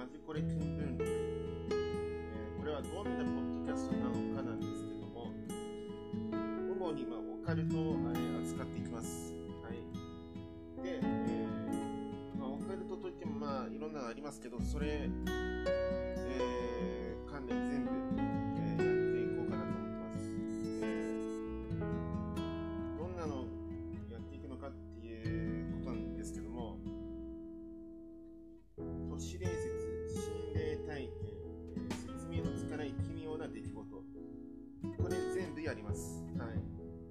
マジコレ見聞録、これはどんなポッドキャストなのかなんですけども、主にオカルトを扱っていきます。はい。で、オカルトといってもいろんなのありますけど、それ、関連全部、やっていこうかなと思ってます。どんなのやっていくのかっていうことなんですけども、都市伝説、心霊体験、説明のつかない奇妙な出来事、これ全部やります。はい。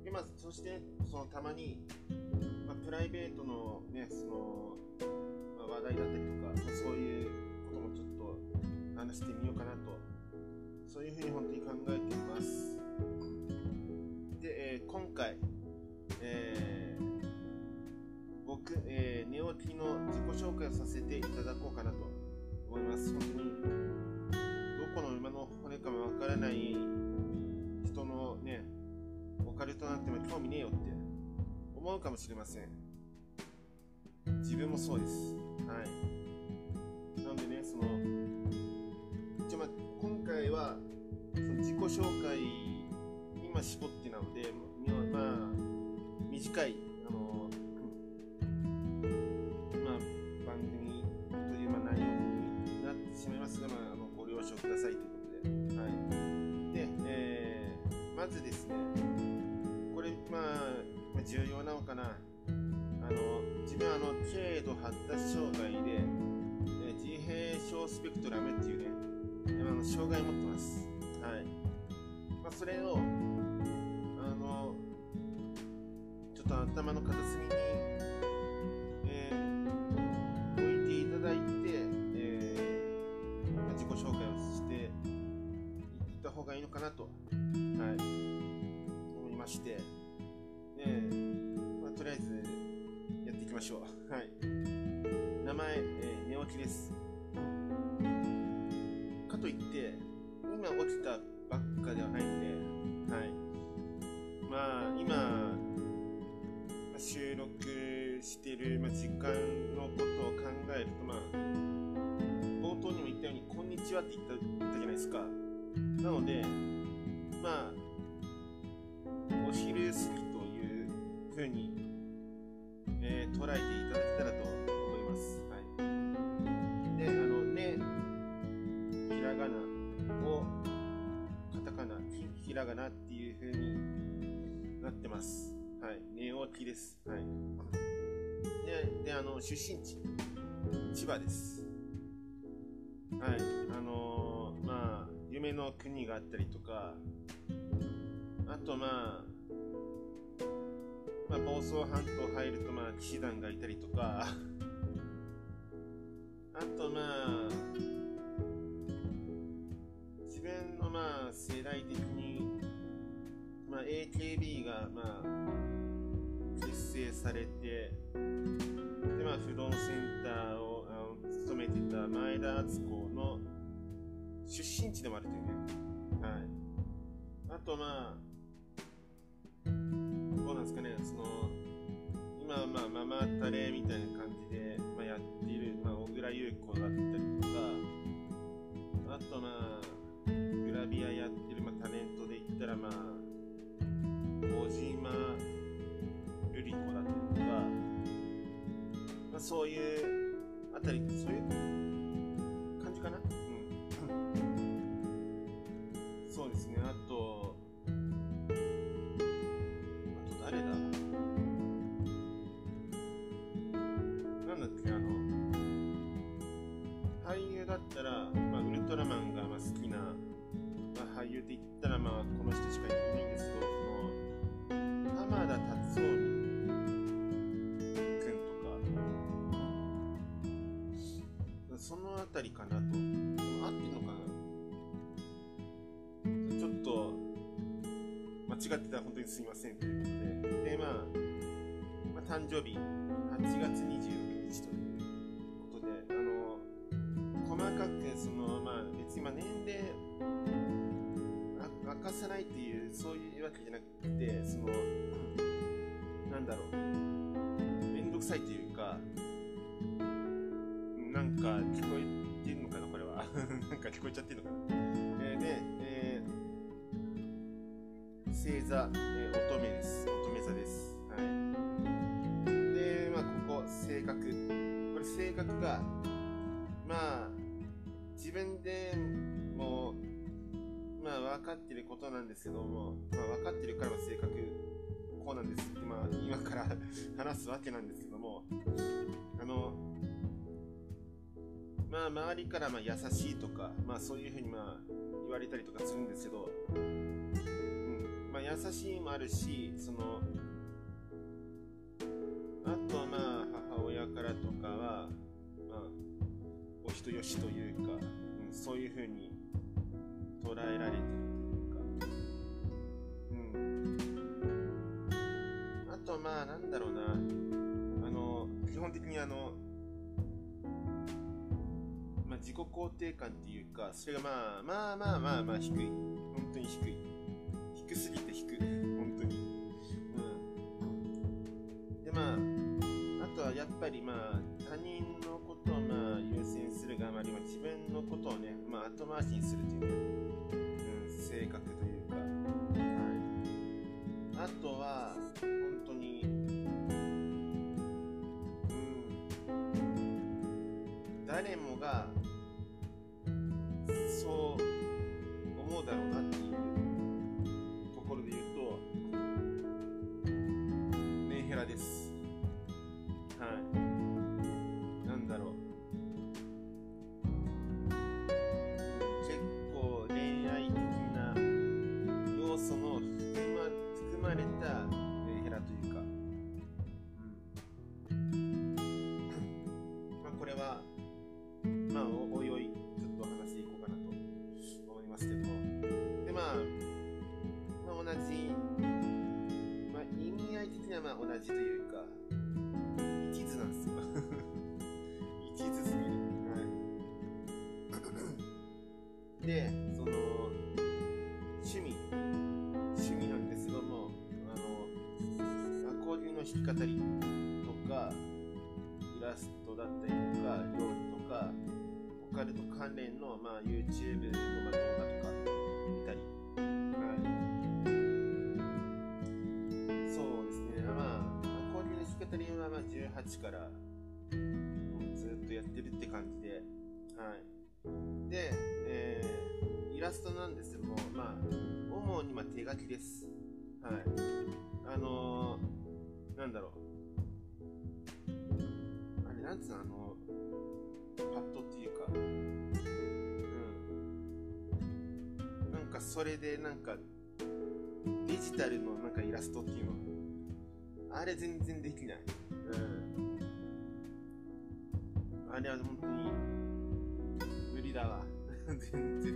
で、そして、たまに、プライベートのね、話題だったりとか、そういうこともちょっと話してみようかなと、そういうふうに本当に考えています。で、今回、僕、寝起きの自己紹介をさせていただこうかなと思います。本当にどこの馬の骨かもわからない人のね、オカルトなんても興味ねえよって思うかもしれません。自分もそうです。はい。なのでね、今回は自己紹介今絞ってなので、短い番組という内容になってしまいますが、ご了承くださいということで、はい。で、まずですね、これ重要なのかな。自分は軽度発達障害で、自閉症スペクトラムっていうね、障害を持ってます。はい。それをちょっと頭の片隅に、置いていただいて、自己紹介をしていった方がいいのかなと、はい、思いまして、とりあえずやっていきましょう。はい。名前、寝起きです。かといって今起きたばっかではないので、はい。今収録している時間のことを考えると、冒頭にも言ったようにこんにちはって言ったじゃないですか。なのでお昼過ぎというふうに、捉えていただけたらと思います。はい。で、ひらがなをカタカナ、ひらがなっていう風になってます。はい。寝起きです。はい。で、出身地、千葉です。はい。夢の国があったりとか、あと房総半島入ると騎士団がいたりとか、あと自分の世代的にAKB が結成されて、で不動センターを務めていた前田敦子の出身地でもあるというね。はい。あとどうなんですかね、今ママタレみたいな感じでやっている小倉優子だったりとか、あとグラビアやってるタレントで言ったら小島瑠璃子だったりとか、そういうあたり、そういう感じかな。そうですね。あと誰だ、なんだっけ、俳優だったら、ウルトラマンが好きな、俳優って言ったらこの人しかいないんですけど、浜田辰臣くんとか、そのあたりかなと。合ってんのかな。ちょっと間違ってたら本当にすいませんということで、誕生日8月26日ということで、細かく別に年齢明かさないっていうそういうわけじゃなくて、めんどくさいというか、聞こえてるのかな、 か聞こえちゃってるのかな。星座、乙女です。乙女座です。はい。で、まあ、ここ、性格。これ、性格が、まあ、自分でも、まあ、分かってることなんですけども、まあ、分かってるから性格、こうなんですって、まあ、今から話すわけなんですけども、まあ、周りからまあ優しいとか、まあ、そういうふうにまあ言われたりとかするんですけど、まあ、優しいもあるし、あとはまあ母親からとかは、まあ、お人よしというか、そういうふうに捉えられてるというか、あとまあなんだろうな、基本的にまあ、自己肯定感っていうか、それがまあ低い、本当に低すぎて低い、本当に。でまあ、あとはやっぱりまあ他人のことをまあ優先するがあまり、自分のことをね、まあ、後回しにするというね、性格というか、はい。あとは本当に誰もがそう思うだろうなっていうところで言うと、メンヘラです。はい。なんだろう。結構恋愛的な要素の含まれたメンヘラというか、まあこれはまあおいおいちょっと話していこうかなと思いますけども、でまあ同じ、まあ意味合い的にはまあ同じというか一途なんですよ一途すぎる。はい。で趣味なんですけども、アコーディオンの弾き語りとかイラストだったりとか料理とかオカルト関連の、まあ、YouTube の動画とか見たり、はい、そうですね、まあアコーディオンの弾き語りはまあ18からずっとやってるって感じで、はい。で、イラストなんですけども、まあ主にまあ手書きです。はい。なんだろう、あれなんつうの、パッドっていうか、なんかそれでなんかデジタルのなんかイラストっていうの、あれ全然できない。あれは本当に無理だわ。絶対無理。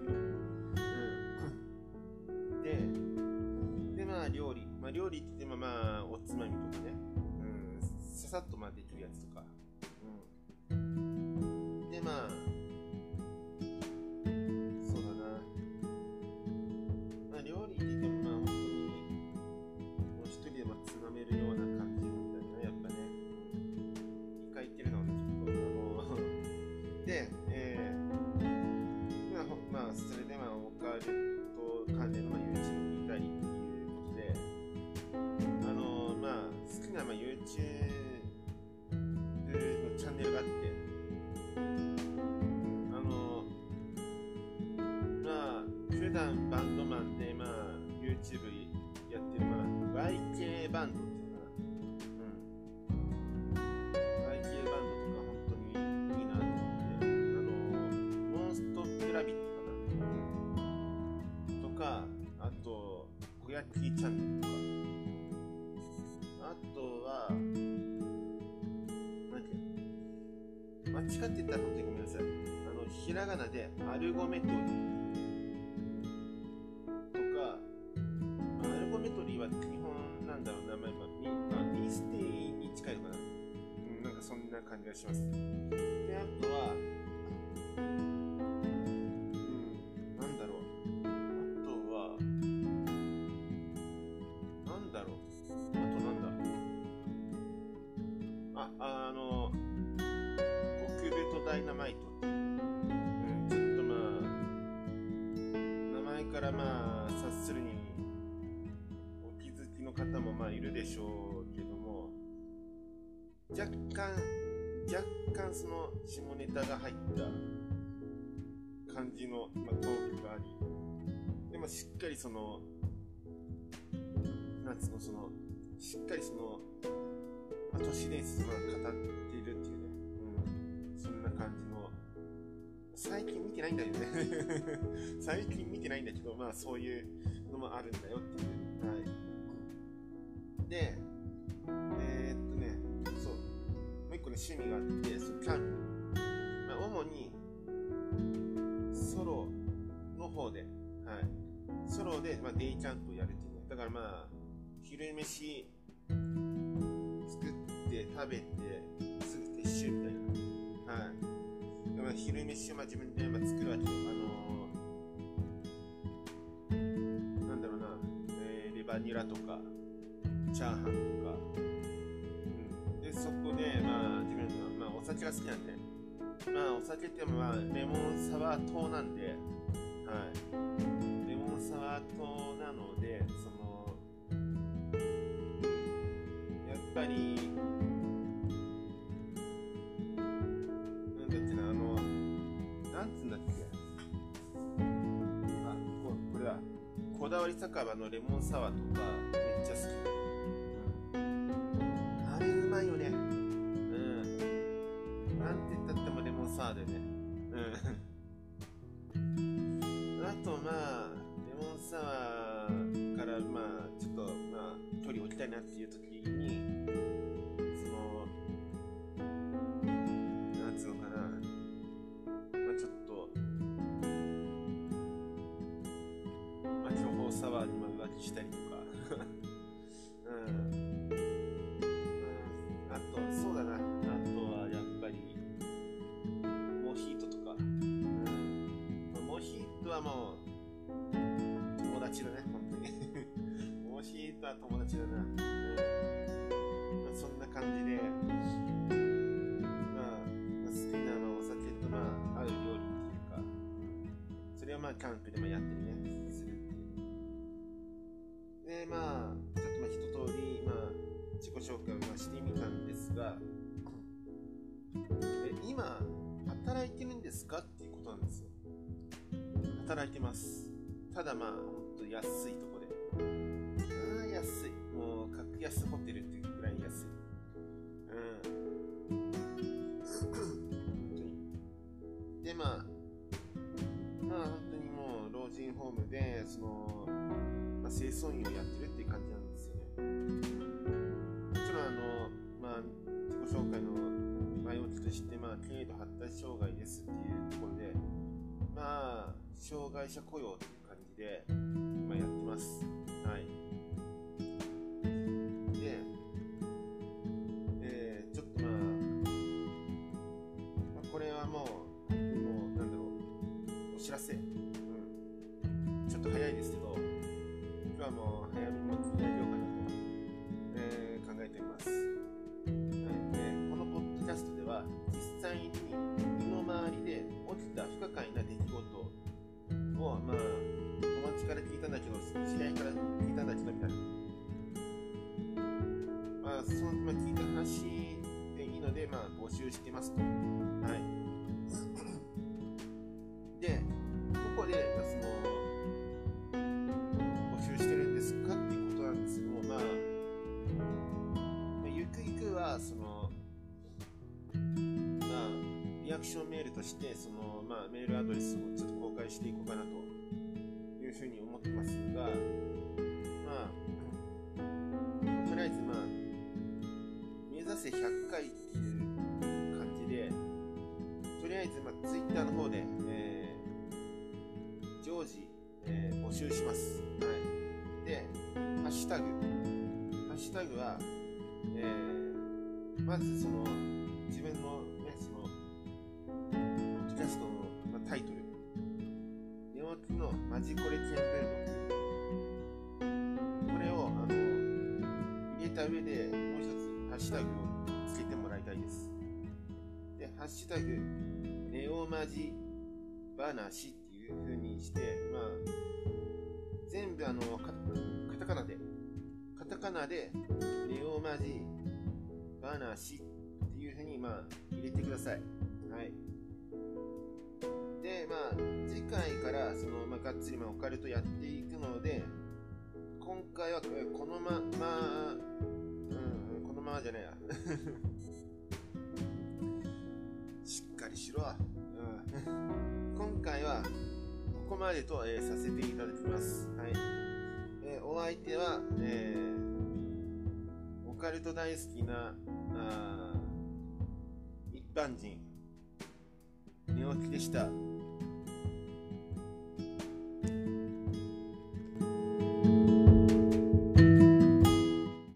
でまあ料理って言ってもまあおつまみとかね、ささっとまあできるやつとか、でまあそうだな、まあ料理って言ってもまあ本当にもう一人でまあつまめるような感じなんだよね、やっぱね。一回言ってるのはね、ちょっとでまあそれでまあオカルト関連のまあ YouTube 見たりっていうことで、まあ好きなまあ YouTube のチャンネルがあって、まあ普段バンドマンでまあ YouTube やってるまあ YK バンドっていうのかな、YK バンドとか本当にいいなと思って、モンストップラビットとか、あと小焼きチャンネルとか、あとは間違ってたら本当にごめんなさい。ひらがなでアルゴメトリーとか、まあ、アルゴメトリーは基本なんだろうな、ミステリーに近いのかな、なんかそんな感じがします。で、あとはなんだろう、あとはなんだろう、あとなんだ、極太ダイナマイトっていう、ちょっとまあるでしょうけども、若干その下ネタが入った感じの、トークがあり、でもしっかりそのしっかりその、都市伝説を語っているっていうね、そんな感じの、最近見てないんだよね最近見てないんだけど、そういうのもあるんだよっていう、で、そう、もう一個ね、趣味があって、そのキャンプ、主にソロの方で、ソロで、デイキャンプをやるっていうね。だから昼飯作って食べてすぐ撤収みたいな。だから昼飯を自分で作るわけよ。なんだろうな、レバニラとかチャーハンとか、でそこで自分のお酒が好きなんで、お酒ってレモンサワー糖なんで、レモンサワー糖なので、やっぱりなんつうんだっけ、これだ、こだわり酒場のレモンサワーとかめっちゃ好き。あれうまいよね。なんて言ったってもレモンサワーでね。あとレモンサワーからちょっと距離を置きたいなっていう時に、なんつうのかな、ちょっと巨峰サワーに浮気したりとかあとそうだな、あとはやっぱりモヒートとか、モヒートはもう友達だね、本当にモヒートは友達だな。そんな感じで、好きなお酒と合う料理っていうか、それはキャンプでもやってね、するっていう。で、ちょっと一通り自己紹介をしてみたんですが、今働いてるんですかっていうことなんですよ。働いてます。ただほんと安いとこで、安い、もう格安ホテルっていうくらい安い。で本当にもう老人ホームで清掃員をやってるっていう感じなんですよね。もちろん自己紹介の前置きとして軽度発達障害ですっていうところで、障害者雇用っていう感じで今やってます。で、ちょっとこれはもうなんだろう、お知らせ、ちょっと早いですけど、今日はもう早めにもつなげようかなと、考えています。このポッドキャストでは実際に身の回りで起きた不可解な出来事を友達から聞いたんだけど、知り合いから聞いたんだけどみたいな、その聞いた話でいいので募集してますと。で、どこで募集してるんですかっていうことなんですけども、ゆくゆくはリアクションメールとしてメールアドレスをちょっと公開していこうかなというふうに思ってますが、とりあえず目指せ100回っていう感じで、とりあえずツイッターの方で、常時、募集します。で、ハッシュタグは、まず自分のね、ポッドキャストの、タイトル、寝起きのマジコレ見聞録、これを入れた上でもう一つハッシュタグをつけてもらいたいです。で、ハッシュタグネオマジ話っていう風にして、全部カタカナカタカナでネオマジ話っていうふうに入れてください。はい。で、次回からがっつりオカルトやっていくので、今回はこのまじゃないやしっかりしろ、今回はここまでと、させていただきます。はい。お相手は、オカルト大好きな一般人寝起きでした。